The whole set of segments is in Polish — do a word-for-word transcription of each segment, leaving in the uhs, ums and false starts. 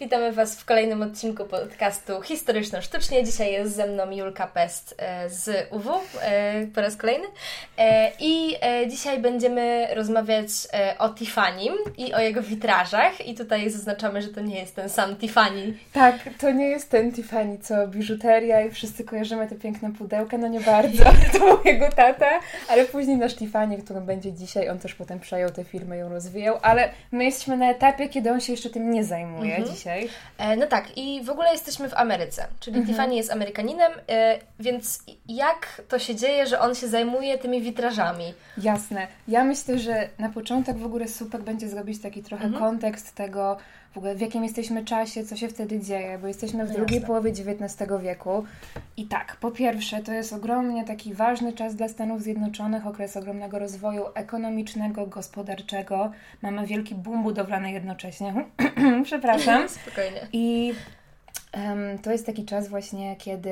Witamy Was w kolejnym odcinku podcastu Historyczno-Sztucznie. Dzisiaj jest ze mną Julka Pest z U W po raz kolejny. I dzisiaj będziemy rozmawiać o Tiffany i o jego witrażach. I tutaj zaznaczamy, że to nie jest ten sam Tiffany. Tak, to nie jest ten Tiffany, co biżuteria i wszyscy kojarzymy te piękne pudełka. No nie bardzo, to był jego tata, ale później nasz Tiffany, którym będzie dzisiaj, on też potem przejął tę firmę i ją rozwijał, ale my jesteśmy na etapie, kiedy on się jeszcze tym nie zajmuje mhm. dzisiaj. E, no tak, i w ogóle jesteśmy w Ameryce, czyli mhm. Tiffany jest Amerykaninem, e, więc jak to się dzieje, że on się zajmuje tymi witrażami? Jasne. Ja myślę, że na początek w ogóle super będzie zrobić taki trochę mhm. kontekst tego, w ogóle w jakim jesteśmy czasie, co się wtedy dzieje, bo jesteśmy w no drugiej jasne. połowie dziewiętnastego wieku. I tak, po pierwsze, to jest ogromnie taki ważny czas dla Stanów Zjednoczonych, okres ogromnego rozwoju ekonomicznego, gospodarczego. Mamy wielki boom budowlany jednocześnie. Przepraszam. Spokojnie. I um, to jest taki czas właśnie, kiedy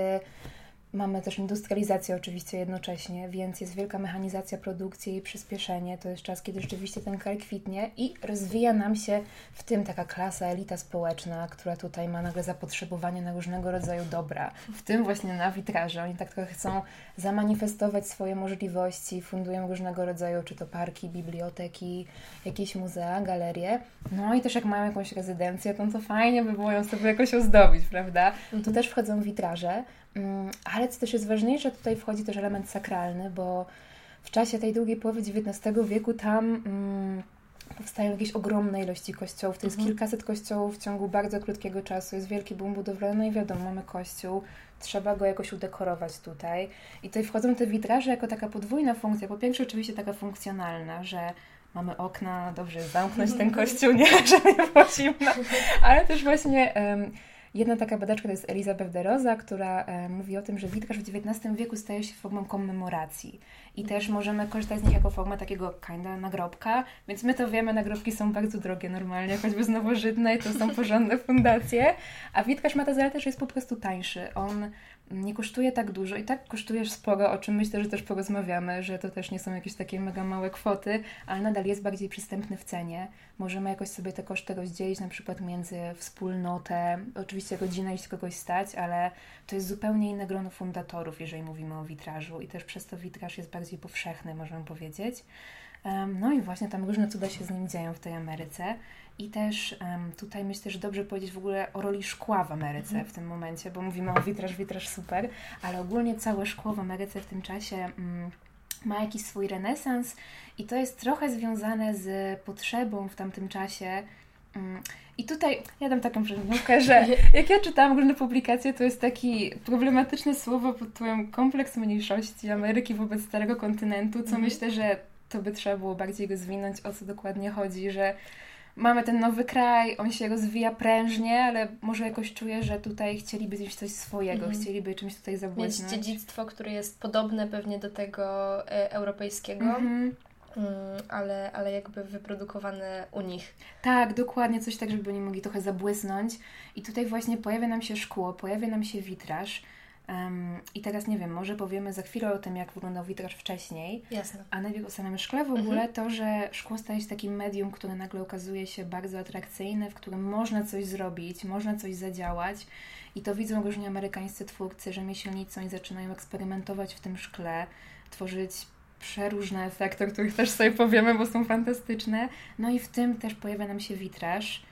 mamy też industrializację oczywiście jednocześnie, więc jest wielka mechanizacja produkcji i przyspieszenie. To jest czas, kiedy rzeczywiście ten kraj kwitnie i rozwija nam się w tym taka klasa, elita społeczna, która tutaj ma nagle zapotrzebowanie na różnego rodzaju dobra. W tym właśnie na witraże. Oni tak trochę chcą zamanifestować swoje możliwości, fundują różnego rodzaju, czy to parki, biblioteki, jakieś muzea, galerie. No i też jak mają jakąś rezydencję, to, to fajnie by było ją sobie jakoś ozdobić, prawda? Mhm. Tu też wchodzą witraże. Ale co też jest ważniejsze, tutaj wchodzi też element sakralny, bo w czasie tej drugiej połowy dziewiętnastego wieku tam mm, powstają jakieś ogromne ilości kościołów. To jest mhm. kilkaset kościołów w ciągu bardzo krótkiego czasu. Jest wielki boom budowlany, no i wiadomo, mamy kościół, trzeba go jakoś udekorować tutaj. I tutaj wchodzą te witraże jako taka podwójna funkcja. Po pierwsze oczywiście taka funkcjonalna, że mamy okna, dobrze jest zamknąć ten kościół, nie, że nie było zimno, ale też właśnie... Um, Jedna taka badaczka to jest Elizabeth de Rosa, która e, mówi o tym, że witraż w dziewiętnastym wieku staje się formą kommemoracji i też możemy korzystać z nich jako forma takiego kinda nagrobka, więc my to wiemy, nagrobki są bardzo drogie normalnie, choćby z nowożytnej, to są porządne fundacje, a witraż ma tę zaletę, że jest po prostu tańszy. On nie kosztuje tak dużo i tak kosztuje sporo, o czym myślę, że też porozmawiamy, że to też nie są jakieś takie mega małe kwoty, ale nadal jest bardziej przystępny w cenie. Możemy jakoś sobie te koszty rozdzielić na przykład między wspólnotę, oczywiście rodzinę, jeśli kogoś stać, ale to jest zupełnie inne grono fundatorów, jeżeli mówimy o witrażu i też przez to witraż jest bardziej powszechny, możemy powiedzieć. No i właśnie tam różne cuda się z nim dzieją w tej Ameryce. I też um, tutaj myślę, że dobrze powiedzieć w ogóle o roli szkła w Ameryce mm. w tym momencie, bo mówimy o witraż, witraż super, ale ogólnie całe szkło w Ameryce w tym czasie um, ma jakiś swój renesans i to jest trochę związane z potrzebą w tamtym czasie. Um, I tutaj ja dam taką przerwówkę, że jak ja czytałam różne publikacje, to jest taki problematyczne słowo pod tytułem kompleks mniejszości Ameryki wobec Starego Kontynentu, co mm. myślę, że to by trzeba było bardziej rozwinąć, o co dokładnie chodzi, że mamy ten nowy kraj, on się rozwija prężnie, ale może jakoś czuję, że tutaj chcieliby mieć coś swojego, mm. chcieliby czymś tutaj zabłysnąć. Mieć dziedzictwo, które jest podobne pewnie do tego e, europejskiego, mm-hmm. mm, ale, ale jakby wyprodukowane u nich. Tak, dokładnie, coś tak, żeby oni mogli trochę zabłysnąć. I tutaj właśnie pojawia nam się szkło, pojawia nam się witraż. Um, I teraz nie wiem, może powiemy za chwilę o tym, jak wyglądał witraż wcześniej. Jasne. A najpierw o samym szkle w ogóle, mhm. to, że szkło staje się takim medium, które nagle okazuje się bardzo atrakcyjne, w którym można coś zrobić, można coś zadziałać. I to widzą różni amerykańscy twórcy, rzemieślnicy, oni zaczynają eksperymentować w tym szkle, tworzyć przeróżne efekty, o których też sobie powiemy, bo są fantastyczne. No i w tym też pojawia nam się witraż.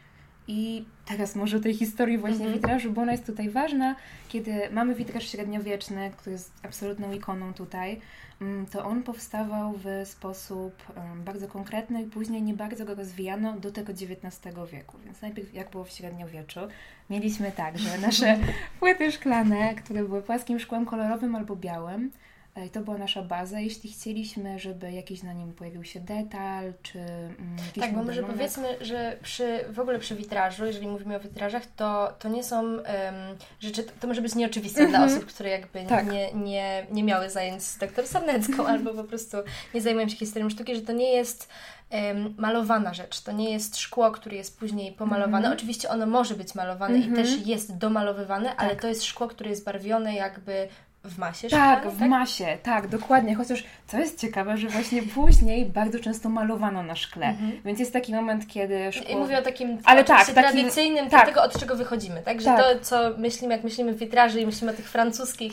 I teraz może o tej historii właśnie mm-hmm. witrażu, bo ona jest tutaj ważna. Kiedy mamy witraż średniowieczny, który jest absolutną ikoną tutaj, to on powstawał w sposób um, bardzo konkretny i później nie bardzo go rozwijano do tego dziewiętnastego wieku. Więc najpierw jak było w średniowieczu, mieliśmy tak, że nasze płyty szklane, które były płaskim szkłem kolorowym albo białym, i to była nasza baza. Jeśli chcieliśmy, żeby jakiś na nim pojawił się detal, czy mm, jakiś tak, bo może modelunek. powiedzmy, że przy, w ogóle przy witrażu, jeżeli mówimy o witrażach, to, to nie są um, rzeczy, to może być nieoczywiste dla osób, które jakby tak. nie, nie, nie miały zajęć z doktor Sarnecką albo po prostu nie zajmują się historią sztuki, że to nie jest um, malowana rzecz, to nie jest szkło, które jest później pomalowane. Mm-hmm. Oczywiście ono może być malowane mm-hmm. i też jest domalowywane, tak. ale to jest szkło, które jest barwione jakby w masie szklanej? szklanej, Tak, w tak? masie, tak, dokładnie. Chociaż co jest ciekawe, że właśnie później bardzo często malowano na szkle. Mhm. Więc jest taki moment, kiedy szkło... I mówię o takim Ale tak, takim... tradycyjnym, tak. tego, od czego wychodzimy. Tak? Że tak. to, co myślimy, jak myślimy w witraży i myślimy o tych francuskich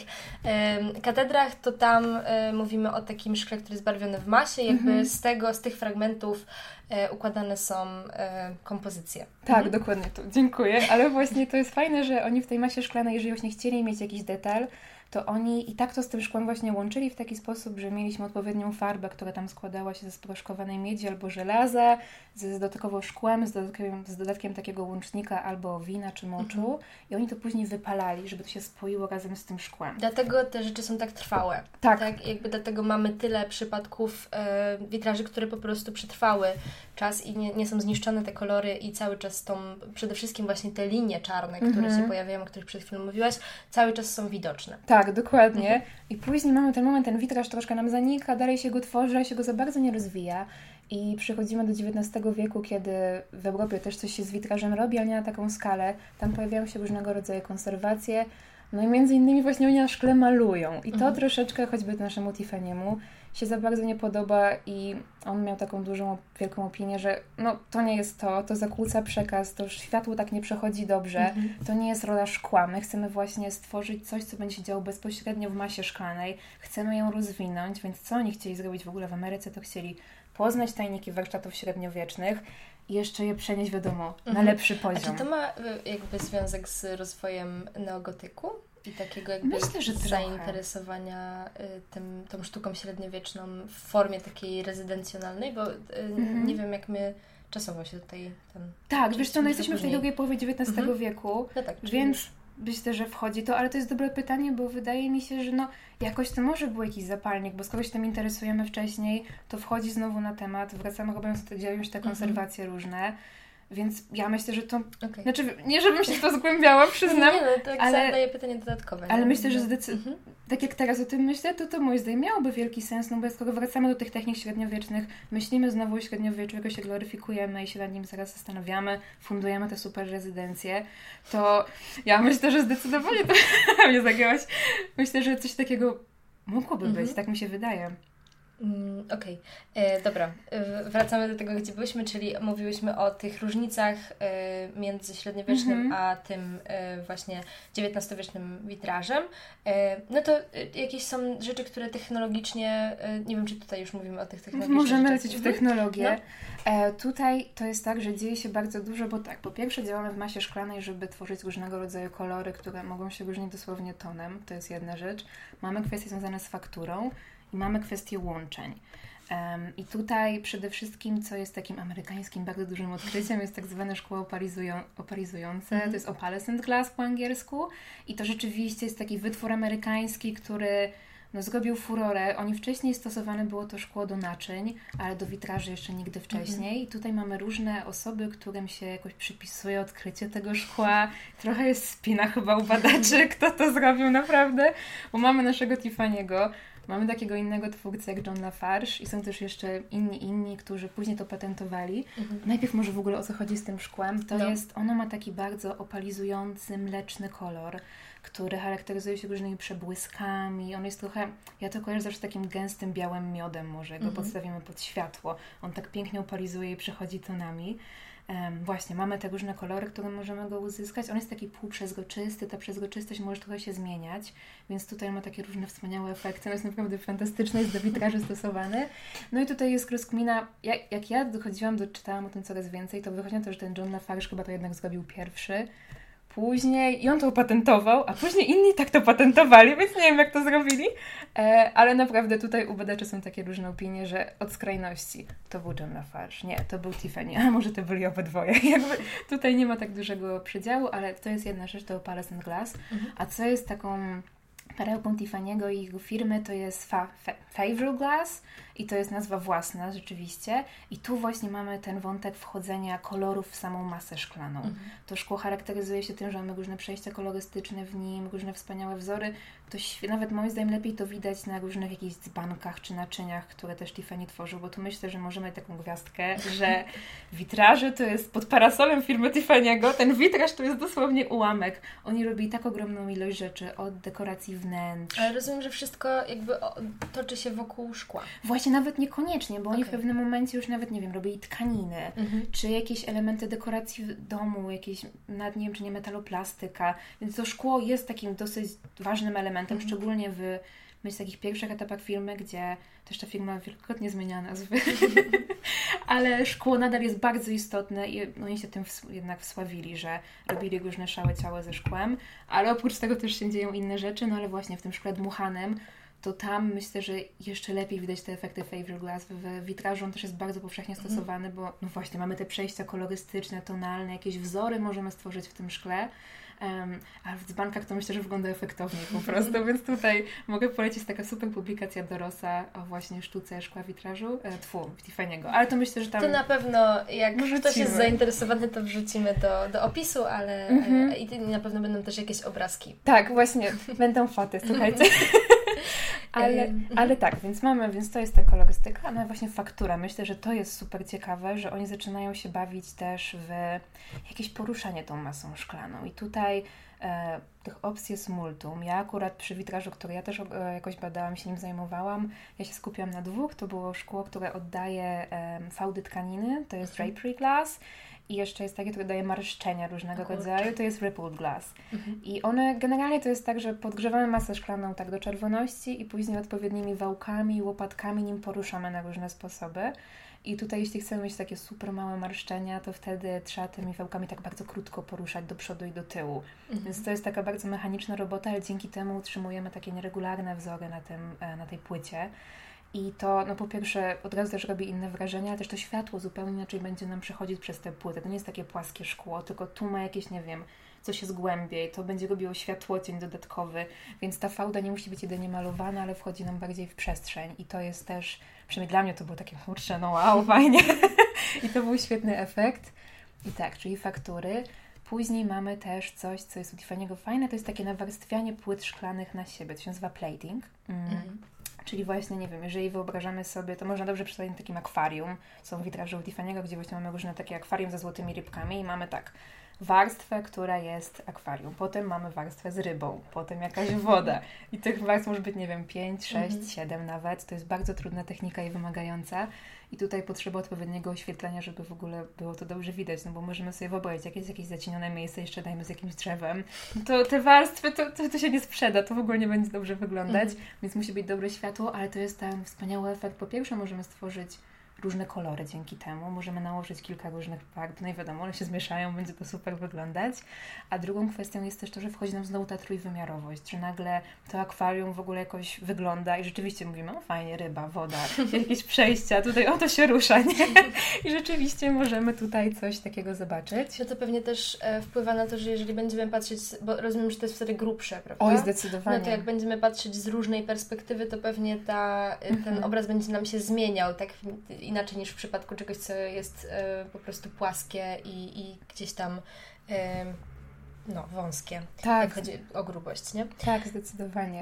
e, katedrach, to tam e, mówimy o takim szkle, który jest barwiony w masie. Jakby mhm. z tego, z tych fragmentów e, układane są e, kompozycje. Tak, mhm. dokładnie to. Dziękuję. Ale właśnie to jest fajne, że oni w tej masie szklanej, jeżeli właśnie chcieli mieć jakiś detal, to oni i tak to z tym szkłem właśnie łączyli w taki sposób, że mieliśmy odpowiednią farbę, która tam składała się ze sproszkowanej miedzi albo żelaza, z dodatkowym szkłem, z dodatkiem, z dodatkiem takiego łącznika albo wina czy moczu mhm. i oni to później wypalali, żeby to się spoiło razem z tym szkłem. Dlatego te rzeczy są tak trwałe. Tak. tak? Jakby dlatego mamy tyle przypadków e, witraży, które po prostu przetrwały czas i nie, nie są zniszczone te kolory i cały czas tą, przede wszystkim właśnie te linie czarne, które mhm. się pojawiają, o których przed chwilą mówiłaś, cały czas są widoczne. Tak, dokładnie. Mhm. I później mamy ten moment, ten witraż troszkę nam zanika, dalej się go tworzy, a się go za bardzo nie rozwija. I przechodzimy do dziewiętnastego wieku, kiedy w Europie też coś się z witrażem robi, ale nie na taką skalę. Tam pojawiają się różnego rodzaju konserwacje. No i między innymi właśnie oni na szkle malują. I to mhm. troszeczkę, choćby naszemu Tiffany'emu, się za bardzo nie podoba i on miał taką dużą, wielką opinię, że no to nie jest to, to zakłóca przekaz, to światło tak nie przechodzi dobrze, mhm. to nie jest rola szkła. My chcemy właśnie stworzyć coś, co będzie się działo bezpośrednio w masie szklanej. Chcemy ją rozwinąć, więc co oni chcieli zrobić w ogóle w Ameryce, to chcieli poznać tajniki warsztatów średniowiecznych i jeszcze je przenieść, wiadomo, mhm. na lepszy poziom. A czy to ma jakby związek z rozwojem neogotyku? I takiego jakby Myślę, że zainteresowania y, tym, tą sztuką średniowieczną w formie takiej rezydencjonalnej, bo y, mm-hmm. nie wiem, jak my czasowo się tutaj... Ten, tak, wiesz co, no jesteśmy w tej drugiej połowie dziewiętnastego mm-hmm. wieku, no tak, więc już. Myślę, że wchodzi to, ale to jest dobre pytanie, bo wydaje mi się, że no jakoś to może był jakiś zapalnik, bo skoro się tym interesujemy wcześniej, to wchodzi znowu na temat, wracamy, robiąc te, dzieją się te konserwacje mm-hmm. różne. Więc ja myślę, że to... Okay. Znaczy, nie żebym się w to zgłębiała, przyznam. Nie, no, tak ale zadaję pytanie dodatkowe. Ale nie? myślę, że zdecydowanie... Mhm. Tak jak teraz o tym myślę, to to moim zdaniem miałoby wielki sens, no bo skoro wracamy do tych technik średniowiecznych, myślimy znowu o średniowieczu, jego się gloryfikujemy i się nad nim zaraz zastanawiamy, fundujemy te super rezydencje, to ja myślę, że zdecydowanie to mnie zagięłaś. Myślę, że coś takiego mogłoby mhm. być, tak mi się wydaje. Mm, Okej, okay. Dobra, e, wracamy do tego, gdzie byliśmy, czyli mówiłyśmy o tych różnicach e, między średniowiecznym mm-hmm. a tym e, właśnie dziewiętnastowiecznym witrażem. E, no to e, jakieś są rzeczy, które technologicznie, e, nie wiem, czy tutaj już mówimy o tych technologicznych Możemy lecieć w technologię. No. E, tutaj to jest tak, że dzieje się bardzo dużo, bo tak, po pierwsze działamy w masie szklanej, żeby tworzyć różnego rodzaju kolory, które mogą się różnić dosłownie tonem, to jest jedna rzecz. Mamy kwestie związane z fakturą, i mamy kwestię łączeń. Um, I tutaj przede wszystkim, co jest takim amerykańskim bardzo dużym odkryciem, jest tak zwane szkło opalizują, opalizujące. Mm. To jest opalescent glass po angielsku. I to rzeczywiście jest taki wytwór amerykański, który no, zrobił furorę. Oni wcześniej stosowane było to szkło do naczyń, ale do witraży jeszcze nigdy wcześniej. Mm. I tutaj mamy różne osoby, którym się jakoś przypisuje odkrycie tego szkła. Trochę jest spina chyba u badaczy, kto to zrobił naprawdę. Bo mamy naszego Tiffany'ego. Mamy takiego innego twórcę jak John Lafarge i są też jeszcze inni, inni, którzy później to patentowali. Mhm. Najpierw może w ogóle o co chodzi z tym szkłem. To no. jest, ono ma taki bardzo opalizujący, mleczny kolor, który charakteryzuje się różnymi przebłyskami. On jest trochę, ja to kojarzę zawsze z takim gęstym, białym miodem może. Go mhm. podstawimy pod światło. On tak pięknie opalizuje i przechodzi tonami. Um, właśnie, mamy te różne kolory, które możemy go uzyskać. On jest taki półprzezroczysty, ta przezroczystość może trochę się zmieniać, więc tutaj ma takie różne wspaniałe efekty. On jest naprawdę fantastyczny, jest do witraży stosowany. No i tutaj jest rozkmina, jak, jak ja dochodziłam, do, czytałam o tym coraz więcej, to wychodzi na to, że ten John Lafarge chyba to jednak zrobił pierwszy. Później, i on to opatentował, a później inni tak to patentowali, więc nie wiem jak to zrobili, e, ale naprawdę tutaj u badaczy są takie różne opinie, że od skrajności to był John Lafarge, nie, to był Tiffany, a może to byli obydwoje. Jakby tutaj nie ma tak dużego przedziału, ale to jest jedna rzecz, to opalescent glass, mhm. a co jest taką perełką Tiffany'ego i jego firmy, to jest fa- fa- Favor Glass i to jest nazwa własna rzeczywiście i tu właśnie mamy ten wątek wchodzenia kolorów w samą masę szklaną. Mhm. To szkło charakteryzuje się tym, że mamy różne przejścia kolorystyczne w nim, różne wspaniałe wzory. To świe- nawet moim zdaniem lepiej to widać na różnych jakichś dzbankach czy naczyniach, które też Tiffany tworzył, bo tu myślę, że możemy taką gwiazdkę, że witraże to jest pod parasolem firmy Tiffany'ego, ten witraż to jest dosłownie ułamek. Oni robili tak ogromną ilość rzeczy, od dekoracji wnętrz. Ale rozumiem, że wszystko jakby o, toczy się wokół szkła. Właśnie nawet niekoniecznie, bo oni okay. w pewnym momencie już nawet, nie wiem, robili tkaniny, mhm. czy jakieś elementy dekoracji w domu, jakieś, nawet nie wiem, czy nie metaloplastyka, więc to szkło jest takim dosyć ważnym elementem, mhm. szczególnie w myślę, takich pierwszych etapach firmy, gdzie też ta firma wielokrotnie zmieniała nazwy, ale szkło nadal jest bardzo istotne i oni się tym w, jednak wsławili, że robili różne szałe ciała ze szkłem, ale oprócz tego też się dzieją inne rzeczy, no ale właśnie w tym szkle dmuchanym, to tam myślę, że jeszcze lepiej widać te efekty fiberglass. W witrażu on też jest bardzo powszechnie stosowany, bo no właśnie mamy te przejścia kolorystyczne, tonalne, jakieś wzory możemy stworzyć w tym szkle. Um, a w dzbankach to myślę, że wygląda efektowniej po prostu, więc tutaj mogę polecić taka super publikacja Dorosa o właśnie sztuce szkła witrażu, e, tfu, Tiffany'ego, ale to myślę, że tam... To na pewno, jak wrzucimy. Ktoś jest zainteresowany, to wrzucimy do, do opisu, ale mm-hmm. e, i na pewno będą też jakieś obrazki. Tak, właśnie, będą foty, słuchajcie. Ale, ale tak, więc mamy, więc to jest ta kolorystyka, no i właśnie faktura. Myślę, że to jest super ciekawe, że oni zaczynają się bawić też w jakieś poruszanie tą masą szklaną. I tutaj e, tych opcji jest multum. Ja akurat przy witrażu, który ja też e, jakoś badałam, się nim zajmowałam, ja się skupiłam na dwóch. To było szkło, które oddaje e, fałdy tkaniny, to jest drapery glass. I jeszcze jest takie, które daje marszczenia różnego Kurczę. rodzaju, to jest rippled glass. Mhm. I one generalnie to jest tak, że podgrzewamy masę szklaną tak do czerwoności i później odpowiednimi wałkami, łopatkami nim poruszamy na różne sposoby. I tutaj jeśli chcemy mieć takie super małe marszczenia, to wtedy trzeba tymi wałkami tak bardzo krótko poruszać do przodu i do tyłu. Mhm. Więc to jest taka bardzo mechaniczna robota, ale dzięki temu utrzymujemy takie nieregularne wzory na, tym, na tej płycie. I to, no po pierwsze, od razu też robi inne wrażenie, ale też to światło zupełnie inaczej będzie nam przechodzić przez tę płytę. To nie jest takie płaskie szkło, tylko tu ma jakieś, nie wiem, coś jest głębiej, to będzie robiło światłocień dodatkowy, więc ta fałda nie musi być jedynie malowana, ale wchodzi nam bardziej w przestrzeń i to jest też, przynajmniej dla mnie to było takie, kurczę, no wow, fajnie. I to był świetny efekt. I tak, czyli faktury. Później mamy też coś, co jest u Tiffany'ego fajne, to jest takie nawarstwianie płyt szklanych na siebie, to się nazywa plating. Mm. Mhm. Czyli właśnie, nie wiem, jeżeli wyobrażamy sobie, to można dobrze przedstawić takim akwarium. Są witraże u Tiffany'ego, gdzie właśnie mamy różne takie akwarium ze złotymi rybkami i mamy tak warstwę, która jest akwarium. Potem mamy warstwę z rybą, potem jakaś woda. I tych warstw może być, nie wiem, pięć, sześć, mhm. siedem nawet. To jest bardzo trudna technika i wymagająca. I tutaj potrzeba odpowiedniego oświetlenia, żeby w ogóle było to dobrze widać, no bo możemy sobie wyobrazić, jak jest jakieś zacienione miejsce, jeszcze dajmy z jakimś drzewem, to te warstwy, to, to, to się nie sprzeda, to w ogóle nie będzie dobrze wyglądać, mhm. więc musi być dobre światło, ale to jest ten wspaniały efekt. Po pierwsze możemy stworzyć różne kolory dzięki temu, możemy nałożyć kilka różnych farb, no i wiadomo, one się zmieszają, będzie to super wyglądać. A drugą kwestią jest też to, że wchodzi nam znowu ta trójwymiarowość, że nagle to akwarium w ogóle jakoś wygląda i rzeczywiście mówimy, o fajnie, ryba, woda, jakieś przejścia, tutaj o to się rusza, nie? I rzeczywiście możemy tutaj coś takiego zobaczyć. No to pewnie też e, wpływa na to, że jeżeli będziemy patrzeć, bo rozumiem, że to jest wtedy grubsze, prawda? Oj, zdecydowanie. No to jak będziemy patrzeć z różnej perspektywy, to pewnie ta, ten mhm. obraz będzie nam się zmieniał, tak inaczej niż w przypadku czegoś, co jest e, po prostu płaskie i, i gdzieś tam e, no, wąskie. Tak. Jak chodzi o grubość, nie? Tak, zdecydowanie.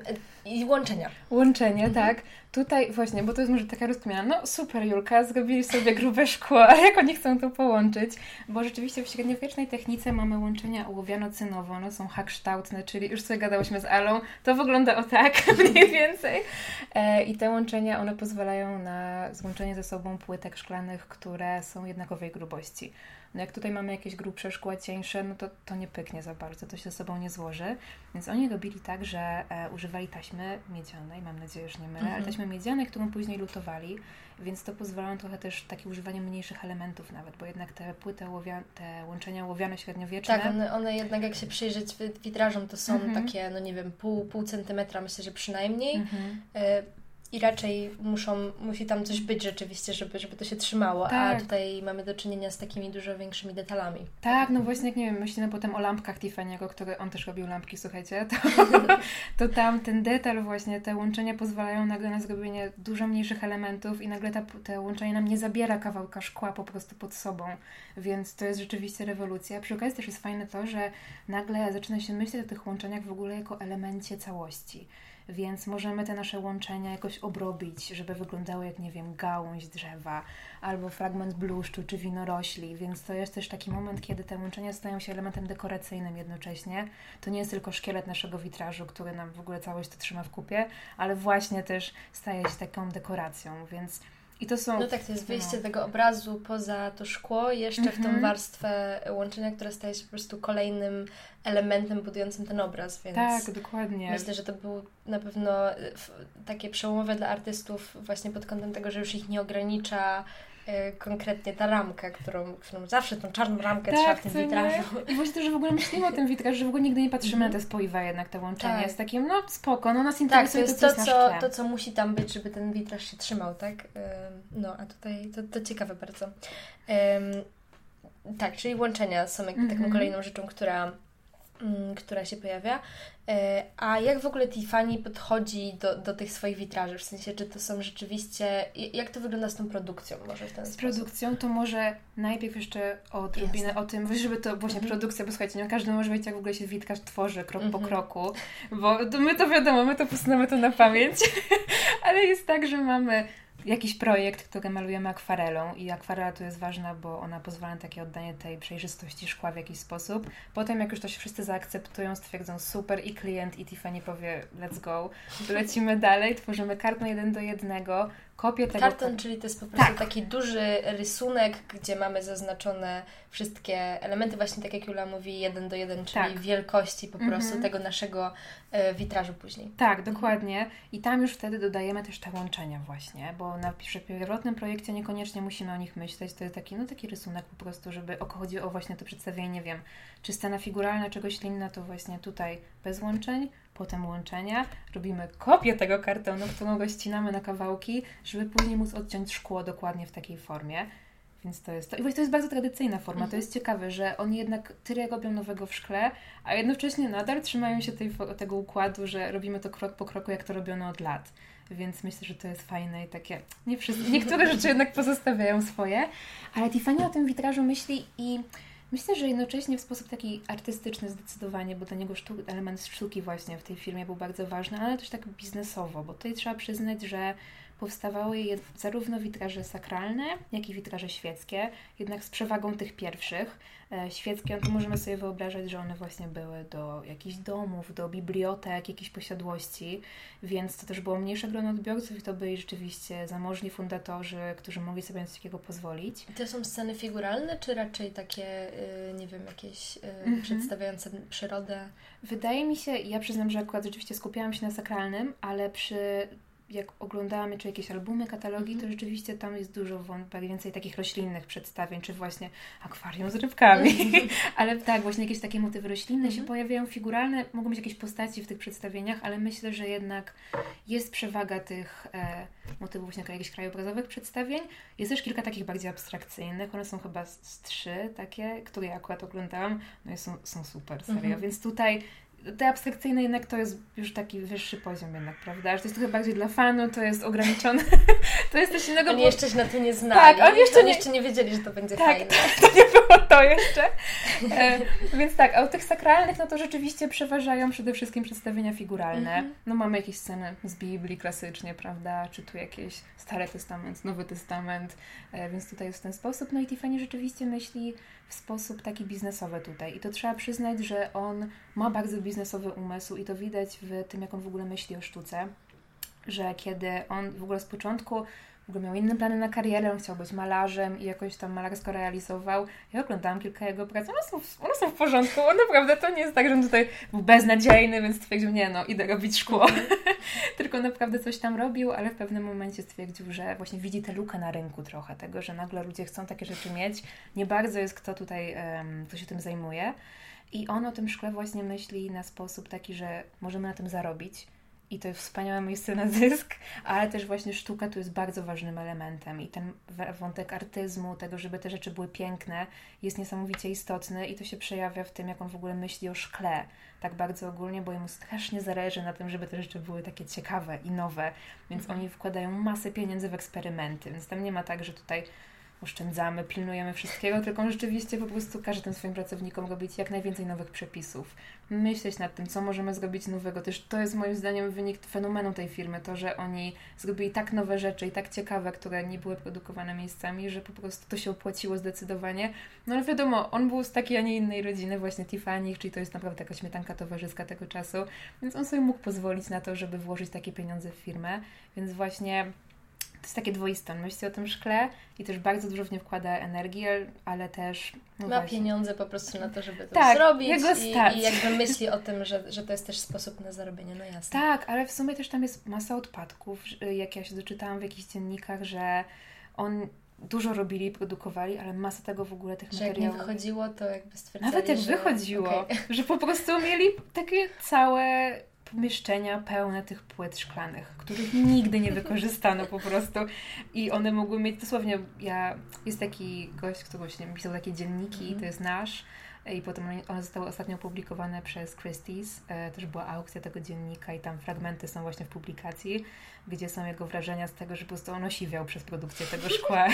E, I łączenia. Łączenie, mhm. tak. Tutaj właśnie, bo to jest może taka rozkmina, no super Julka, zrobili sobie grube szkło, ale jak oni chcą to połączyć? Bo rzeczywiście w średniowiecznej technice mamy łączenia ołowiano-cynowe, one są hakształtne, czyli już sobie gadałyśmy z Alą, to wygląda o tak mniej więcej. E, I te łączenia, one pozwalają na złączenie ze sobą płytek szklanych, które są jednakowej grubości. No jak tutaj mamy jakieś grubsze szkła, cieńsze, no to to nie pyknie za bardzo, to się ze sobą nie złoży. Więc oni robili tak, że e, używali taśmy miedzianej, mam nadzieję, że nie mylę, mhm. ale taśmy miedzianej, którą później lutowali, więc to pozwalało trochę też takie używanie mniejszych elementów nawet, bo jednak te płyty, ołowia- te łączenia ołowiane średniowieczne... Tak, one, one jednak jak się przyjrzeć witrażom, to są mhm. takie, no nie wiem, pół, pół centymetra, myślę, że przynajmniej. Mhm. E, I raczej muszą, musi tam coś być rzeczywiście, żeby, żeby to się trzymało, tak. A tutaj mamy do czynienia z takimi dużo większymi detalami. Tak, no właśnie, jak nie wiem, myślimy potem o lampkach Tiffany'ego, które on też robił lampki, słuchajcie, to, to tam ten detal właśnie, te łączenia pozwalają nagle na zrobienie dużo mniejszych elementów i nagle ta, te łączenie nam nie zabiera kawałka szkła po prostu pod sobą, więc to jest rzeczywiście rewolucja. Przy okazji też jest fajne to, że nagle zaczyna się myśleć o tych łączeniach w ogóle jako elemencie całości. Więc możemy te nasze łączenia jakoś obrobić, żeby wyglądały jak, nie wiem, gałąź drzewa albo fragment bluszczu czy winorośli, więc to jest też taki moment, kiedy te łączenia stają się elementem dekoracyjnym jednocześnie. To nie jest tylko szkielet naszego witrażu, który nam w ogóle całość to trzyma w kupie, ale właśnie też staje się taką dekoracją, więc i to są... No tak, to jest wyjście no. tego obrazu poza to szkło, jeszcze mm-hmm. w tą warstwę łączenia, która staje się po prostu kolejnym elementem budującym ten obraz, więc... Tak, dokładnie. Myślę, że to było na pewno takie przełomowe dla artystów właśnie pod kątem tego, że już ich nie ogranicza konkretnie ta ramka, którą, którą zawsze tą czarną ramkę tak, trzeba w tym witrażu. I właśnie to, że w ogóle myślimy o tym witrażu, że w ogóle nigdy nie patrzymy mm-hmm. na te spoiwa jednak, to łączenie tak. jest takim, no spoko, no nas interesuje tak, to, jest to, co, to, to, co musi tam być, żeby ten witraż się trzymał, tak? No, a tutaj to, to ciekawe bardzo. Um, tak, czyli łączenia są jakby mm-hmm. taką kolejną rzeczą, która która się pojawia. A jak w ogóle Tiffany podchodzi do, do tych swoich witraży? W sensie, czy to są rzeczywiście... Jak to wygląda z tą produkcją? Może w ten z sposób? produkcją to może najpierw jeszcze odrobinę o tym, żeby to właśnie mm-hmm. produkcja, bo słuchajcie, nie każdy może wiedzieć, jak w ogóle się witraż tworzy krok mm-hmm. po kroku, bo my to wiadomo, my to poznamy to na pamięć, ale jest tak, że mamy jakiś projekt, który malujemy akwarelą i akwarela tu jest ważna, bo ona pozwala na takie oddanie tej przejrzystości szkła w jakiś sposób. Potem jak już to się wszyscy zaakceptują, stwierdzą super i klient i Tiffany powie let's go, lecimy dalej, tworzymy karton jeden do jednego, kopię tego... Karton, czyli to jest po prostu tak. taki duży rysunek, gdzie mamy zaznaczone wszystkie elementy, właśnie tak jak Jula mówi, jeden do jeden, czyli tak. wielkości po prostu mhm. tego naszego e, witrażu później. Tak, dokładnie. I tam już wtedy dodajemy też te łączenia właśnie, bo na przy pierwotnym projekcie niekoniecznie musimy o nich myśleć. To jest taki, no taki rysunek po prostu, żeby chodzi o właśnie to przedstawienie, nie wiem, czy scena figuralna, czegoś inna, to właśnie tutaj bez łączeń, potem łączenia, robimy kopię tego kartonu, którą go ścinamy na kawałki, żeby później móc odciąć szkło dokładnie w takiej formie. Więc to jest to. I to jest bardzo tradycyjna forma. Mhm. To jest ciekawe, że oni jednak tyle robią nowego w szkle, a jednocześnie nadal trzymają się tej, tego układu, że robimy to krok po kroku, jak to robiono od lat. Więc myślę, że to jest fajne i takie... Nie wszyscy, niektóre rzeczy jednak pozostawiają swoje, ale Tiffany o tym witrażu myśli i myślę, że jednocześnie w sposób taki artystyczny zdecydowanie, bo dla niego sztuk, element sztuki właśnie w tej filmie był bardzo ważny, ale też tak biznesowo, bo tutaj trzeba przyznać, że powstawały je zarówno witraże sakralne, jak i witraże świeckie, jednak z przewagą tych pierwszych. E, świeckie, no to możemy sobie wyobrażać, że one właśnie były do jakichś domów, do bibliotek, jakichś posiadłości, więc to też było mniejsze grono odbiorców i to byli rzeczywiście zamożni fundatorzy, którzy mogli sobie na coś takiego pozwolić. To są sceny figuralne, czy raczej takie, yy, nie wiem, jakieś yy, mm-hmm. przedstawiające przyrodę? Wydaje mi się, ja przyznam, że akurat rzeczywiście skupiałam się na sakralnym, ale przy jak oglądałam czy jakieś albumy, katalogi, mm. to rzeczywiście tam jest dużo więcej takich roślinnych przedstawień, czy właśnie akwarium z rybkami. Mm. ale tak, właśnie jakieś takie motywy roślinne mm. się pojawiają, figuralne, mogą być jakieś postaci w tych przedstawieniach, ale myślę, że jednak jest przewaga tych e, motywów właśnie jakichś krajobrazowych przedstawień. Jest też kilka takich bardziej abstrakcyjnych, one są chyba z, z trzy takie, które ja akurat oglądałam, no i są, są super, serio, mm. więc tutaj te abstrakcyjne jednak to jest już taki wyższy poziom jednak, prawda? Że to jest trochę bardziej dla fanu, to jest ograniczone. To jest coś innego. Oni bo... jeszcze się na to nie znali. Tak, oni jeszcze, oni nie... jeszcze nie wiedzieli, że to będzie tak, fajne. To, to nie było to jeszcze. E, więc tak, a u tych sakralnych, no to rzeczywiście przeważają przede wszystkim przedstawienia figuralne. Mm-hmm. No mamy jakieś sceny z Biblii klasycznie, prawda? Czy tu jakieś Stary Testament, Nowy Testament, e, więc tutaj jest w ten sposób. No i Tiffany rzeczywiście myśli w sposób taki biznesowy tutaj. I to trzeba przyznać, że on ma bardzo biznesowy umysł i to widać w tym, jak on w ogóle myśli o sztuce, że kiedy on w ogóle z początku w ogóle miał inne plany na karierę, on chciał być malarzem i jakoś tam malarsko realizował. Ja oglądałam kilka jego prac, one są, one są w porządku, naprawdę to nie jest tak, że on tutaj był beznadziejny, więc stwierdził, nie no, idę robić szkło. Tylko naprawdę coś tam robił, ale w pewnym momencie stwierdził, że właśnie widzi tę lukę na rynku trochę, tego, że nagle ludzie chcą takie rzeczy mieć. Nie bardzo jest kto tutaj, um, kto się tym zajmuje. I on o tym szkle właśnie myśli na sposób taki, że możemy na tym zarobić. i to jest wspaniałe miejsce na zysk, ale też właśnie sztuka tu jest bardzo ważnym elementem i ten wątek artyzmu, tego, żeby te rzeczy były piękne, jest niesamowicie istotny i to się przejawia w tym, jak on w ogóle myśli o szkle, tak bardzo ogólnie, bo jemu strasznie zależy na tym, żeby te rzeczy były takie ciekawe i nowe, więc mhm. oni wkładają masę pieniędzy w eksperymenty, więc tam nie ma tak, że tutaj oszczędzamy, pilnujemy wszystkiego, tylko rzeczywiście po prostu każe tym swoim pracownikom robić jak najwięcej nowych przepisów. Myśleć nad tym, co możemy zrobić nowego. Też to jest moim zdaniem wynik fenomenu tej firmy, to, że oni zrobili tak nowe rzeczy i tak ciekawe, które nie były produkowane miejscami, że po prostu to się opłaciło zdecydowanie. No ale wiadomo, on był z takiej, a nie innej rodziny, właśnie Tiffany, czyli to jest naprawdę taka śmietanka towarzyska tego czasu, więc on sobie mógł pozwolić na to, żeby włożyć takie pieniądze w firmę, więc właśnie to jest takie dwoiste. On myśli o tym szkle i też bardzo dużo w nie wkłada energii, ale też... No ma właśnie pieniądze po prostu na to, żeby to tak, zrobić jego i, i jakby myśli o tym, że, że to jest też sposób na zarobienie, no jasne. Tak, ale w sumie też tam jest masa odpadków. Jak ja się doczytałam w jakichś dziennikach, że on... dużo robili, produkowali, ale masa tego w ogóle tych że materiałów... jak nie wychodziło, to jakby stwierdzali, Nawet jak że... wychodziło, okay. że po prostu mieli takie całe pomieszczenia pełne tych płyt szklanych, których nigdy nie wykorzystano po prostu i one mogły mieć dosłownie... ja Jest taki gość, który właśnie pisał takie dzienniki, mm. to jest nasz i potem one zostały ostatnio opublikowane przez Christie's. E, też była aukcja tego dziennika i tam fragmenty są właśnie w publikacji, gdzie są jego wrażenia z tego, że po prostu on osiwiał przez produkcję tego szkła.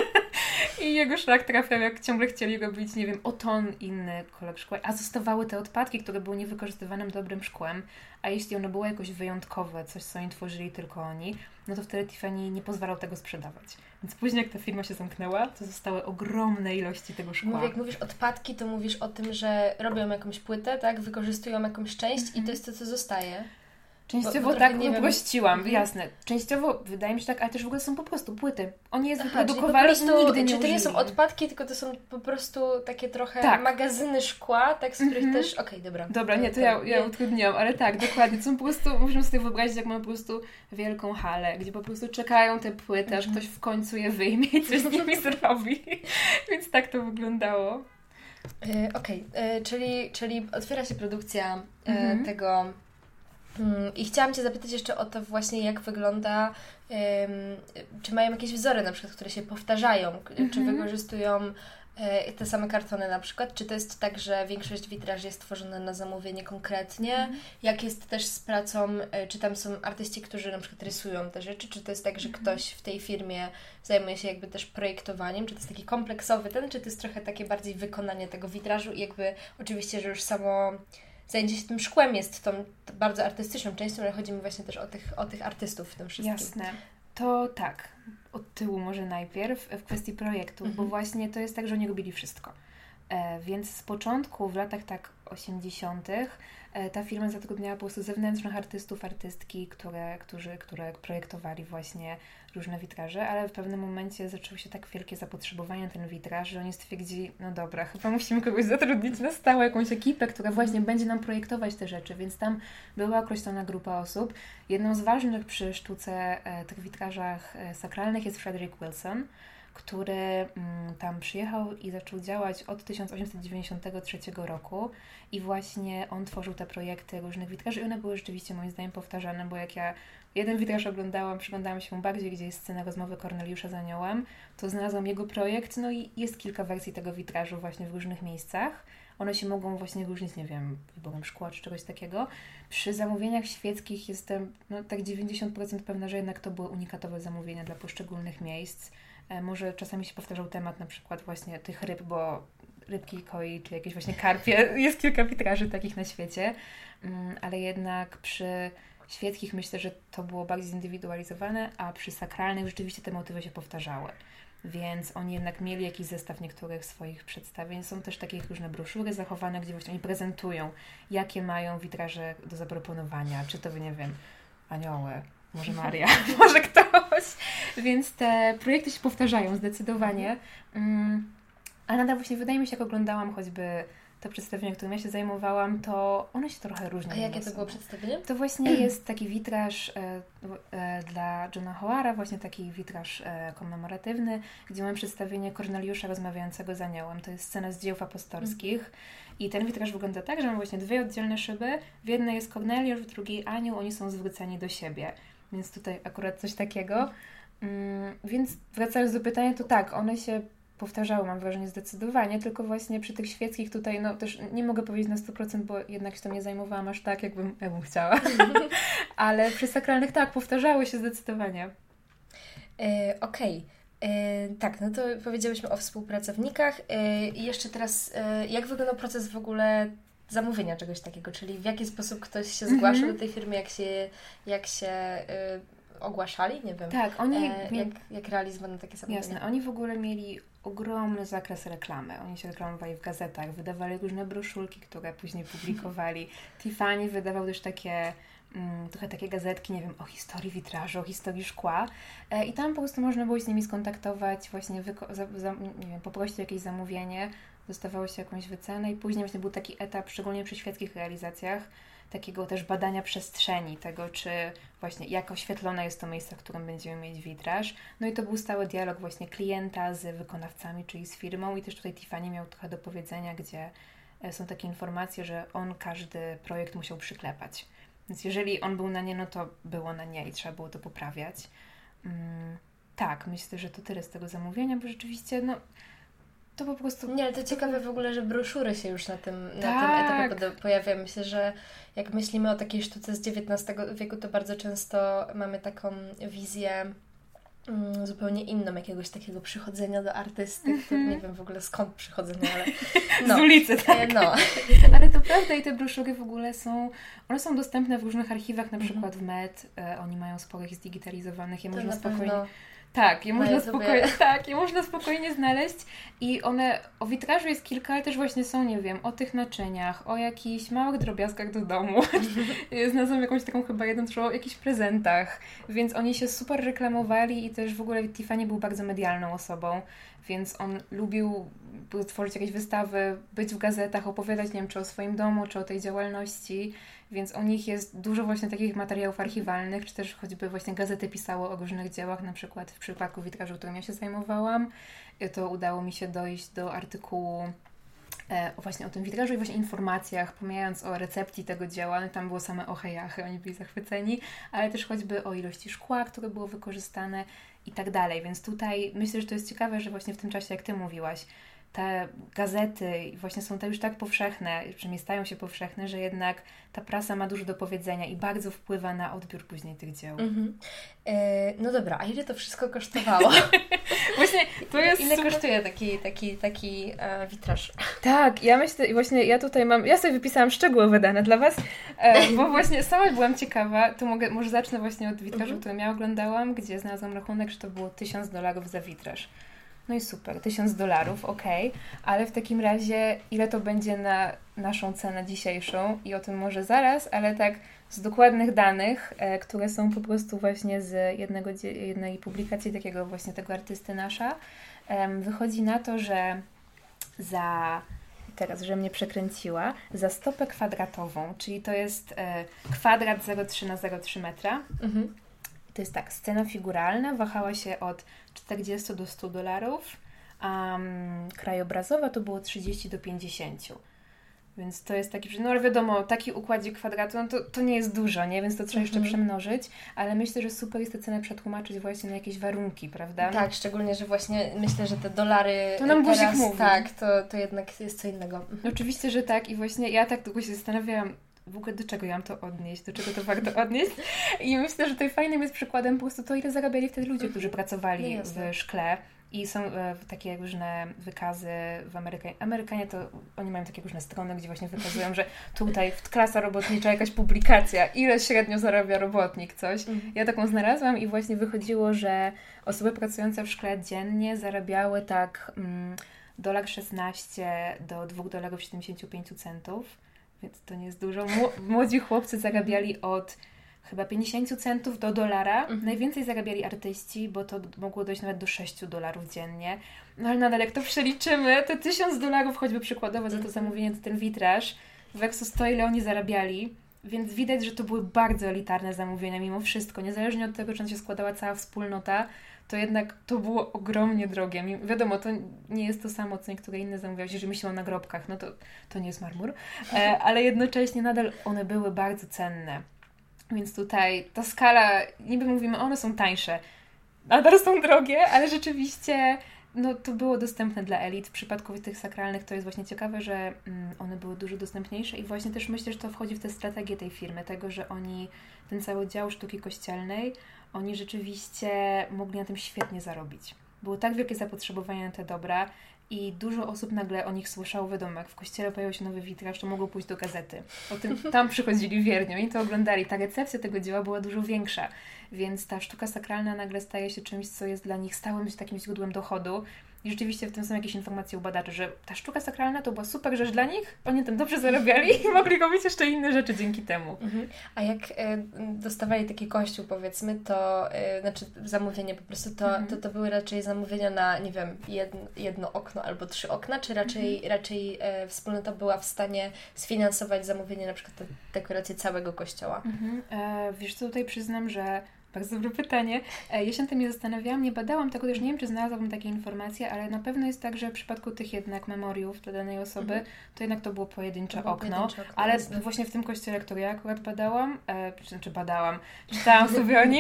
I jego szlak trafiał, jak ciągle chcieli robić, nie wiem, o ton inny kolor szkła. A zostawały te odpadki, które były niewykorzystywanym dobrym szkłem. A jeśli ono było jakoś wyjątkowe, coś co oni tworzyli tylko oni, no to wtedy Tiffany nie pozwalał tego sprzedawać. Więc później jak ta firma się zamknęła, to zostały ogromne ilości tego szkła. Mówię, jak mówisz odpadki, to mówisz o tym, że robią jakąś płytę, tak? Wykorzystują jakąś część mm-hmm. i to jest to, co zostaje. Częściowo bo, bo tak uprościłam, wiem. Jasne. Częściowo wydaje mi się tak, ale też w ogóle są po prostu płyty. Oni je wyprodukowali i nigdy nie Czy to użyli. nie są odpadki, tylko to są po prostu takie trochę tak. magazyny szkła, tak, z których mm-hmm. też... Okej, okay, dobra. Dobra, nie, to ja, ja utrudniłam, ale tak, dokładnie. To są po prostu, możemy sobie wyobrazić, jak mamy po prostu wielką halę, gdzie po prostu czekają te płyty, mm-hmm. aż ktoś w końcu je wyjmie i coś z nimi zrobi. Więc tak to wyglądało. Yy, Okej, okay. yy, czyli, czyli otwiera się produkcja yy, mm-hmm. tego... I chciałam Cię zapytać jeszcze o to właśnie, jak wygląda, um, czy mają jakieś wzory na przykład, które się powtarzają, mm-hmm. czy wykorzystują e, te same kartony na przykład, czy to jest tak, że większość witraży jest tworzona na zamówienie konkretnie, mm-hmm. jak jest też z pracą, e, czy tam są artyści, którzy na przykład rysują te rzeczy, czy to jest tak, że mm-hmm. ktoś w tej firmie zajmuje się jakby też projektowaniem, czy to jest taki kompleksowy ten, czy to jest trochę takie bardziej wykonanie tego witrażu i jakby oczywiście, że już samo... zajęcie się tym szkłem jest tą bardzo artystyczną częścią, ale chodzi mi właśnie też o tych, o tych artystów w tym wszystkim. Jasne. To tak, od tyłu może najpierw w kwestii projektu, mhm. bo właśnie to jest tak, że oni robili wszystko. E, więc z początku, w latach tak osiemdziesiątych e, ta firma zatrudniała po prostu zewnętrznych artystów, artystki, które, którzy, które projektowali właśnie różne witraże, ale w pewnym momencie zaczęło się tak wielkie zapotrzebowanie na ten witraż, że oni stwierdzili, no dobra, chyba musimy kogoś zatrudnić na stałe, jakąś ekipę, która właśnie będzie nam projektować te rzeczy, więc tam była określona grupa osób. Jedną z ważnych przy sztuce e, tych witrażach e, sakralnych jest Frederick Wilson, który mm, tam przyjechał i zaczął działać od tysiąc osiemset dziewięćdziesiątego trzeciego roku i właśnie on tworzył te projekty różnych witraży i one były rzeczywiście moim zdaniem powtarzane, bo jak ja jeden witraż oglądałam, przyglądałam się bardziej, gdzie jest scena rozmowy Korneliusza z Aniołem, to znalazłam jego projekt, no i jest kilka wersji tego witrażu właśnie w różnych miejscach. One się mogą właśnie różnić, nie wiem, wyborem szkła czy czegoś takiego. Przy zamówieniach świeckich jestem no tak dziewięćdziesiąt procent pewna, że jednak to były unikatowe zamówienia dla poszczególnych miejsc. E, może czasami się powtarzał temat na przykład właśnie tych ryb, bo rybki koi, czy jakieś właśnie karpie. Jest kilka witraży takich na świecie, um, ale jednak przy świeckich myślę, że to było bardziej zindywidualizowane, a przy sakralnych rzeczywiście te motywy się powtarzały. Więc oni jednak mieli jakiś zestaw niektórych swoich przedstawień. Są też takie różne broszury zachowane, gdzie właśnie oni prezentują, jakie mają witraże do zaproponowania. Czy to, nie wiem, anioły, może Maria, może ktoś. Więc te projekty się powtarzają zdecydowanie. Um, ale nadal właśnie wydaje mi się, jak oglądałam choćby to przedstawienie, którym ja się zajmowałam, to one się trochę różnią. A jakie to było przedstawienie? To właśnie jest taki witraż e, e, dla Johna Hoara, właśnie taki witraż e, komemoratywny, gdzie mamy przedstawienie Korneliusza rozmawiającego z aniołem. To jest scena z Dziejów Apostolskich. Mm. I ten witraż wygląda tak, że mamy właśnie dwie oddzielne szyby. W jednej jest Korneliusz, w drugiej anioł. Oni są zwróceni do siebie. Więc tutaj akurat coś takiego. Mm, więc wracając do pytania, to tak, one się powtarzały, mam wrażenie, zdecydowanie, tylko właśnie przy tych świeckich tutaj, no też nie mogę powiedzieć na sto procent, bo jednak się tym nie zajmowałam aż tak, jakbym, jakbym chciała. Ale przy sakralnych tak, powtarzały się zdecydowanie. E, Okej. Okay. Tak, no to powiedziałyśmy o współpracownikach e, i jeszcze teraz, e, jak wyglądał proces w ogóle zamówienia czegoś takiego, czyli w jaki sposób ktoś się zgłasza mm-hmm. do tej firmy, jak się, jak się e, ogłaszali, nie wiem. Tak, oni... E, jak, jak realizowano takie zamówienia. Jasne, oni w ogóle mieli ogromny zakres reklamy. Oni się reklamowali w gazetach, wydawali różne broszurki, które później publikowali. Tiffany wydawał też takie mm, trochę takie gazetki, nie wiem, o historii witrażu, o historii szkła. E, I tam po prostu można było się z nimi skontaktować, właśnie wyko- za, za, nie wiem, poprosić o jakieś zamówienie, dostawało się jakąś wycenę i później właśnie był taki etap, szczególnie przy świeckich realizacjach, takiego też badania przestrzeni, tego czy właśnie jak oświetlone jest to miejsce, w którym będziemy mieć witraż. No i to był stały dialog właśnie klienta z wykonawcami, czyli z firmą i też tutaj Tiffany miał trochę do powiedzenia, gdzie są takie informacje, że on każdy projekt musiał przyklepać. Więc jeżeli on był na nie, no to było na nie i trzeba było to poprawiać. Hmm, tak, myślę, że to tyle z tego zamówienia, bo rzeczywiście no to po prostu... Nie, ale to ciekawe w ogóle, że broszury się już na tym, na tak. tym etapie pojawiają. Myślę, że jak myślimy o takiej sztuce z dziewiętnastego wieku, to bardzo często mamy taką wizję mm, zupełnie inną, jakiegoś takiego przychodzenia do artysty, mm-hmm. który nie wiem w ogóle skąd przychodzenia, ale... No. Z ulicy, tak. No. Ale to prawda i te broszury w ogóle są... One są dostępne w różnych archiwach, na przykład mm-hmm. w M E T. E, oni mają sporo ich zdigitalizowanych, je to można na spokojnie... Pewno... Tak, je można, sobie... spokojnie, tak, je można spokojnie znaleźć i one, o witrażu jest kilka, ale też właśnie są, nie wiem, o tych naczyniach, o jakichś małych drobiazgach do domu, znalazłam jakąś taką chyba jedną, o jakichś prezentach, więc oni się super reklamowali i też w ogóle Tiffany był bardzo medialną osobą, więc on lubił tworzyć jakieś wystawy, być w gazetach, opowiadać, nie wiem, czy o swoim domu, czy o tej działalności, więc u nich jest dużo właśnie takich materiałów archiwalnych, czy też choćby właśnie gazety pisało o różnych dziełach, na przykład w przypadku witrażu, którym ja się zajmowałam, to udało mi się dojść do artykułu e, właśnie o tym witrażu i właśnie informacjach, pomijając o recepcji tego dzieła, no tam było same ochejachy, oni byli zachwyceni, ale też choćby o ilości szkła, które było wykorzystane i tak dalej, więc tutaj myślę, że to jest ciekawe, że właśnie w tym czasie, jak Ty mówiłaś, te gazety właśnie są te już tak powszechne, przynajmniej stają się powszechne, że jednak ta prasa ma dużo do powiedzenia i bardzo wpływa na odbiór później tych dzieł. Mm-hmm. E, no dobra, a ile to wszystko kosztowało? Właśnie to jest... Ile super... kosztuje taki, taki, taki e, witraż? Tak, ja myślę i właśnie ja tutaj mam, ja sobie wypisałam szczegółowe dane dla Was, e, bo właśnie sama byłam ciekawa, to mogę, może zacznę właśnie od witrażu, mm-hmm. który ja oglądałam, gdzie znalazłam rachunek, że to było tysiąc dolarów za witraż. No i super, tysiąc dolarów, okej, okay. Ale w takim razie ile to będzie na naszą cenę dzisiejszą i o tym może zaraz, ale tak z dokładnych danych, e, które są po prostu właśnie z jednego, jednej publikacji takiego właśnie tego artysty nasza, e, wychodzi na to, że za, teraz, że mnie przekręciła, za stopę kwadratową, czyli to jest e, kwadrat zero przecinek trzy na zero przecinek trzy metra, mhm. To jest tak, scena figuralna wahała się od czterdzieści do stu dolarów, a um, krajobrazowa to było trzydzieści do pięćdziesięciu. Więc to jest taki, no ale wiadomo, taki układzik kwadratu, no to, to nie jest dużo, nie? Więc to trzeba jeszcze mm-hmm. przemnożyć, ale myślę, że super jest tę cenę przetłumaczyć właśnie na jakieś warunki, prawda? Tak, szczególnie, że właśnie myślę, że te dolary to nam teraz, mówi. Tak, to, to jednak jest co innego. No, oczywiście, że tak i właśnie ja tak długo się zastanawiałam, w ogóle do czego ja mam to odnieść, do czego to warto odnieść. I myślę, że tutaj fajnym jest przykładem po prostu to, ile zarabiali wtedy ludzie, którzy pracowali w szkle. I są e, takie różne wykazy w Amerykanie. Amerykanie to, oni mają takie różne strony, gdzie właśnie wykazują, że tutaj klasa robotnicza, jakaś publikacja, ile średnio zarabia robotnik, coś. Mhm. Ja taką znalazłam i właśnie wychodziło, że osoby pracujące w szkle dziennie zarabiały tak mm, dolar szesnaście do dwa dolarów siedemdziesiąt pięć centów, więc to nie jest dużo. Młodzi chłopcy zarabiali od chyba pięćdziesiąt centów do dolara. Mhm. Najwięcej zarabiali artyści, bo to mogło dojść nawet do sześć dolarów dziennie. No ale nadal jak to przeliczymy, to tysiąc dolarów choćby przykładowo za to zamówienie, to ten witraż versus to, ile oni zarabiali. Więc widać, że to były bardzo elitarne zamówienia mimo wszystko. Niezależnie od tego, czy na się składała cała wspólnota, to jednak to było ogromnie drogie. Wiadomo, to nie jest to samo, co niektóre inne zamówienia. Jeżeli myślę o nagrobkach, no to to nie jest marmur. E, ale jednocześnie nadal one były bardzo cenne. Więc tutaj ta skala, niby mówimy, one są tańsze, nadal są drogie, ale rzeczywiście no, to było dostępne dla elit. W przypadku tych sakralnych to jest właśnie ciekawe, że mm, one były dużo dostępniejsze i właśnie też myślę, że to wchodzi w tę strategię tej firmy, tego, że oni, ten cały dział sztuki kościelnej, oni rzeczywiście mogli na tym świetnie zarobić. Było tak wielkie zapotrzebowanie na te dobra i dużo osób nagle o nich słyszało, wiadomo, jak w kościele pojawił się nowy witraż, to mogło pójść do gazety. O tym tam przychodzili wierni, oni to oglądali. Ta recepcja tego dzieła była dużo większa, więc ta sztuka sakralna nagle staje się czymś, co jest dla nich stałym takim źródłem dochodu. I rzeczywiście w tym są jakieś informacje u badaczy, że ta sztuka sakralna to była super rzecz dla nich, oni tym dobrze zarabiali i mogli robić jeszcze inne rzeczy dzięki temu. Mhm. A jak e, dostawali taki kościół, powiedzmy, to e, znaczy zamówienie po prostu, to, mhm. to, to były raczej zamówienia na, nie wiem, jedno, jedno okno albo trzy okna, czy raczej, mhm. raczej e, wspólnota była w stanie sfinansować zamówienie na przykład te, dekorację całego kościoła? Mhm. E, wiesz co, tutaj przyznam, że bardzo dobre pytanie. Ja się nad tym nie zastanawiałam, nie badałam tego, też nie wiem, czy znalazłabym takie informacje, ale na pewno jest tak, że w przypadku tych jednak memoriów dla danej osoby, mm-hmm. to jednak to było pojedyncze, to było okno, pojedyncze okno, ale jest. Właśnie w tym kościele, który ja akurat badałam, e, znaczy badałam, czytałam sobie o nim,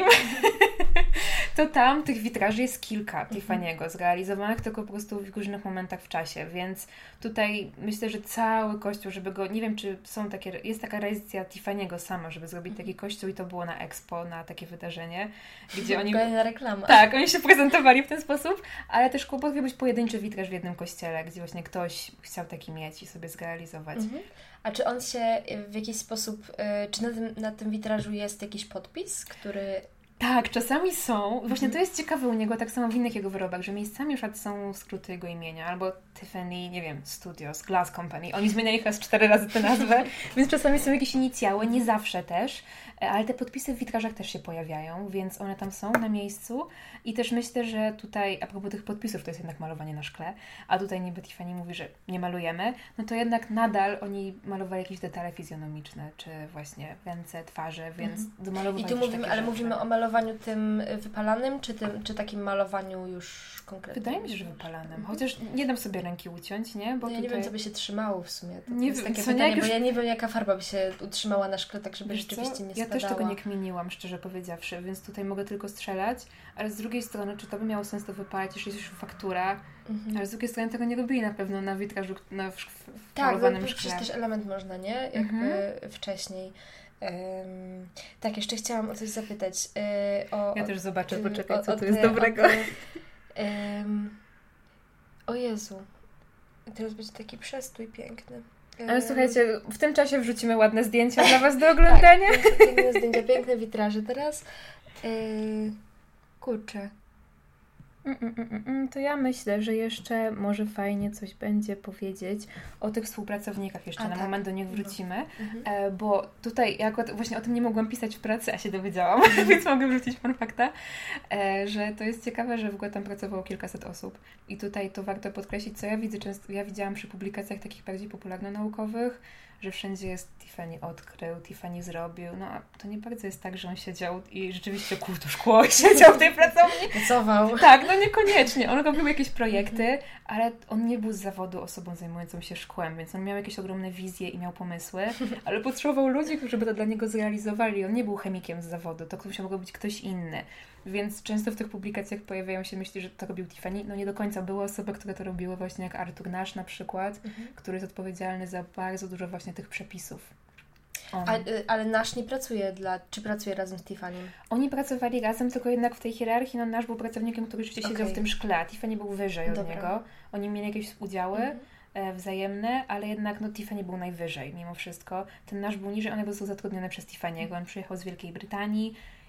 to tam tych witraży jest kilka Tiffany'ego zrealizowanych, tylko po prostu w różnych momentach w czasie, więc tutaj myślę, że cały kościół, żeby go, nie wiem, czy są takie, jest taka realizacja Tiffany'ego sama, żeby zrobić taki kościół i to było na Expo, na takie wydarzenie, gdzie oni... Kolejna reklama. Tak, oni się prezentowali w ten sposób, ale też potrafił być pojedynczy witraż w jednym kościele, gdzie właśnie ktoś chciał taki mieć i sobie zrealizować. Mhm. A czy on się w jakiś sposób, czy na tym, na tym witrażu jest jakiś podpis, który... Tak, czasami są. Właśnie to jest ciekawe u niego, tak samo w innych jego wyrobach, że miejscami już są skróty jego imienia, albo Tiffany, nie wiem, Studios, Glass Company. Oni zmieniali chyba z cztery razy tę nazwę, więc czasami są jakieś inicjały, nie zawsze też, ale te podpisy w witrażach też się pojawiają, więc one tam są na miejscu i też myślę, że tutaj, a propos tych podpisów, to jest jednak malowanie na szkle, a tutaj niby Tiffany mówi, że nie malujemy, no to jednak nadal oni malowali jakieś detale fizjonomiczne, czy właśnie ręce, twarze, więc mhm. domalowywać. I tu mówimy, ale rzeczy. Mówimy o malowaniu tym wypalanym, czy, tym, czy takim malowaniu już konkretnym? Wydaje mi się, że wypalanym, mhm. chociaż nie dam sobie ręki uciąć, nie? Bo no ja tutaj... nie wiem, co by się trzymało w sumie. To, nie to jest wiem, takie co pytanie, nie, bo ja nie wiem, jaka farba by się utrzymała na szkle, tak żeby Wiesz rzeczywiście co? nie spadała. Ja też tego nie kminiłam, szczerze powiedziawszy, więc tutaj mogę tylko strzelać, ale z drugiej strony, czy to by miało sens to wypalać, jeśli jest już faktura, mhm. ale z drugiej strony tego nie robili na pewno na witrażu, na w, w, tak, malowanym no, szkle. Tak, przecież też element można, nie? Jakby mhm. wcześniej. Um, tak, jeszcze chciałam o coś zapytać. Yy, o, ja o, też zobaczę, poczekaj, o, co o tu te, jest dobrego. O, te, um, o Jezu. Teraz będzie taki przestój piękny. Ale słuchajcie, w tym czasie wrzucimy ładne zdjęcia dla Was do oglądania. Tak, piękne zdjęcia, piękne witraże. Teraz yy, kurczę. Mm, mm, mm, to ja myślę, że jeszcze może fajnie coś będzie powiedzieć o tych współpracownikach. Jeszcze a na tak. moment do nich wrócimy, no. e, bo tutaj ja akurat właśnie o tym nie mogłam pisać w pracy, a się dowiedziałam, mhm. więc mogę wrzucić fun fakta, e, że to jest ciekawe, że w ogóle tam pracowało kilkaset osób i tutaj to warto podkreślić, co ja widzę często, ja widziałam przy publikacjach takich bardziej popularno-naukowych, że wszędzie jest Tiffany odkrył, Tiffany zrobił, no a to nie bardzo jest tak, że on siedział i rzeczywiście kuł to szkło i siedział w tej pracowni. Pracował. Tak, no niekoniecznie. On robił jakieś projekty, ale on nie był z zawodu osobą zajmującą się szkłem, więc on miał jakieś ogromne wizje i miał pomysły, ale potrzebował ludzi, którzy by to dla niego zrealizowali. On nie był chemikiem z zawodu, to musiał mogło być ktoś inny. Więc często w tych publikacjach pojawiają się myśli, że to robił Tiffany. No nie do końca. Były osoby, które to robiły, właśnie jak Arthur Nash na przykład, mhm. który jest odpowiedzialny za bardzo dużo właśnie tych przepisów. A, ale Nash nie pracuje dla... Czy pracuje razem z Tiffany? Oni pracowali razem, tylko jednak w tej hierarchii no Nash był pracownikiem, który rzeczywiście okay. siedział w tym szkle, a Tiffany był wyżej Dobra. od niego. Oni mieli jakieś udziały mhm. e, wzajemne, ale jednak no Tiffany był najwyżej mimo wszystko. Ten Nash był niżej, one były zatrudnione przez Tiffany'ego. On przyjechał z Wielkiej Brytanii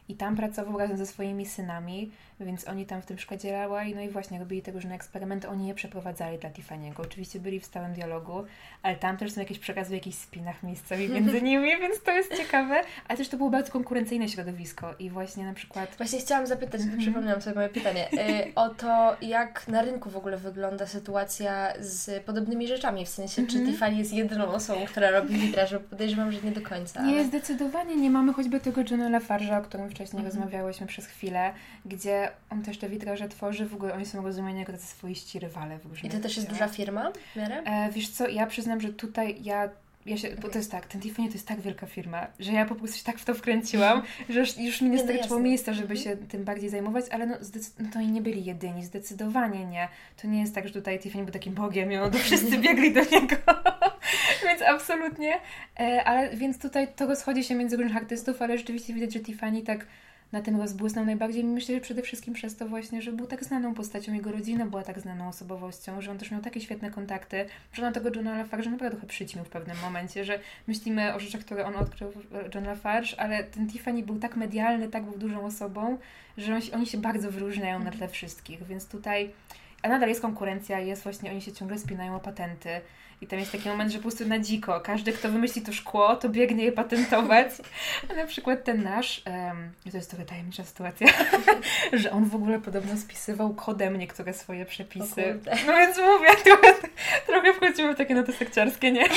i tam pracował razem ze swoimi synami, więc oni tam w tym szkole działali, no i właśnie robili te różne eksperymenty, oni je przeprowadzali dla Tiffany'ego. Oczywiście byli w stałym dialogu, ale tam też są jakieś przekazy w jakichś spinach miejscowych między nimi, więc to jest ciekawe, ale też to było bardzo konkurencyjne środowisko i właśnie na przykład... Właśnie chciałam zapytać, mm-hmm. przypomniałam sobie moje pytanie, y, o to, jak na rynku w ogóle wygląda sytuacja z podobnymi rzeczami, w sensie, mm-hmm. czy Tiffany jest jedyną osobą, która robi witraże? Podejrzewam, że nie do końca. Nie, ale... zdecydowanie nie. Mamy choćby tego Johna LaFarge'a, o którym wcześniej mm-hmm. rozmawiałyśmy przez chwilę, gdzie on też te witraże tworzy, w ogóle oni są rozumieni jako tacy swoiści rywale. W I to też jest duża firma w miarę? E, wiesz co, ja przyznam, że tutaj ja Ja się, okay. Bo to jest tak, ten Tiffany to jest tak wielka firma, że ja po prostu się tak w to wkręciłam, że już, już mi nie starczyło miejsca, żeby się tym bardziej zajmować, ale no, zdecyd- no to oni nie byli jedyni, zdecydowanie nie. To nie jest tak, że tutaj Tiffany był takim bogiem i on to wszyscy biegli do niego. Więc absolutnie. E, ale więc tutaj to rozchodzi się między różnych artystów, ale rzeczywiście widać, że Tiffany tak na tym rozbłysnął najbardziej. Myślę, że przede wszystkim przez to właśnie, że był tak znaną postacią, jego rodzina była tak znaną osobowością, że on też miał takie świetne kontakty, że na tego Johna LaFarge naprawdę trochę przyćmił w pewnym momencie, że myślimy o rzeczach, które on odkrył, John LaFarge, ale ten Tiffany był tak medialny, tak był dużą osobą, że on, oni się bardzo wyróżniają na tle wszystkich, więc tutaj, a nadal jest konkurencja, jest właśnie, oni się ciągle spinają o patenty. I tam jest taki moment, że po prostu na dziko. Każdy, kto wymyśli to szkło, to biegnie je patentować. A na przykład ten nasz, um, to jest trochę tajemnicza sytuacja, że on w ogóle podobno spisywał kodem niektóre swoje przepisy. No więc mówię, trochę, trochę wchodzimy w takie noty sekciarskie, nie?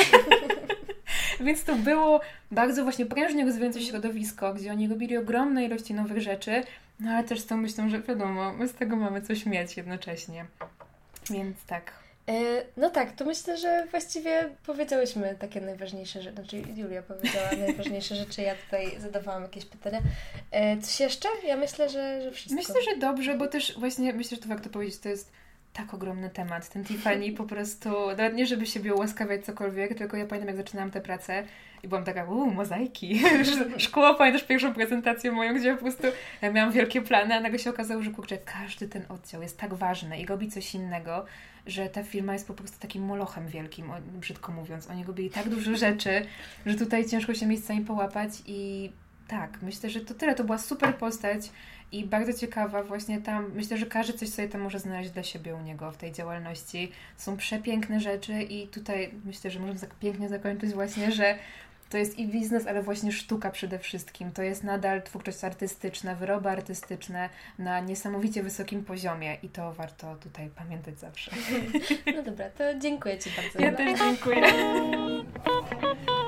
Więc to było bardzo właśnie prężnie rozwijające środowisko, gdzie oni robili ogromne ilości nowych rzeczy, no ale też z tą myślą, że wiadomo, my z tego mamy coś mieć jednocześnie. Więc tak. No tak, to myślę, że właściwie powiedziałyśmy takie najważniejsze rzeczy, znaczy Julia powiedziała najważniejsze rzeczy, ja tutaj zadawałam jakieś pytania. Coś jeszcze? Ja myślę, że, że wszystko. Myślę, że dobrze, bo też właśnie myślę, że to warto powiedzieć, to jest tak ogromny temat. Ten Tiffany po prostu, nawet nie żeby siebie ułaskawiać cokolwiek, tylko ja pamiętam, jak zaczynałam tę pracę i byłam taka, uuu, mozaiki. Szkło, pamiętasz pierwszą prezentację moją, gdzie po prostu ja miałam wielkie plany, a nagle się okazało, że kurczę, każdy ten oddział jest tak ważny i robi coś innego, że ta firma jest po prostu takim molochem wielkim, brzydko mówiąc. Oni robili tak dużo rzeczy, że tutaj ciężko się miejscami połapać i tak, myślę, że to tyle. To była super postać i bardzo ciekawa właśnie tam. Myślę, że każdy coś sobie tam może znaleźć dla siebie u niego w tej działalności. Są przepiękne rzeczy i tutaj myślę, że możemy tak pięknie zakończyć właśnie, że to jest i biznes, ale właśnie sztuka przede wszystkim. To jest nadal twórczość artystyczna, wyroby artystyczne na niesamowicie wysokim poziomie i to warto tutaj pamiętać zawsze. No dobra, to dziękuję Ci bardzo. Ja też dziękuję.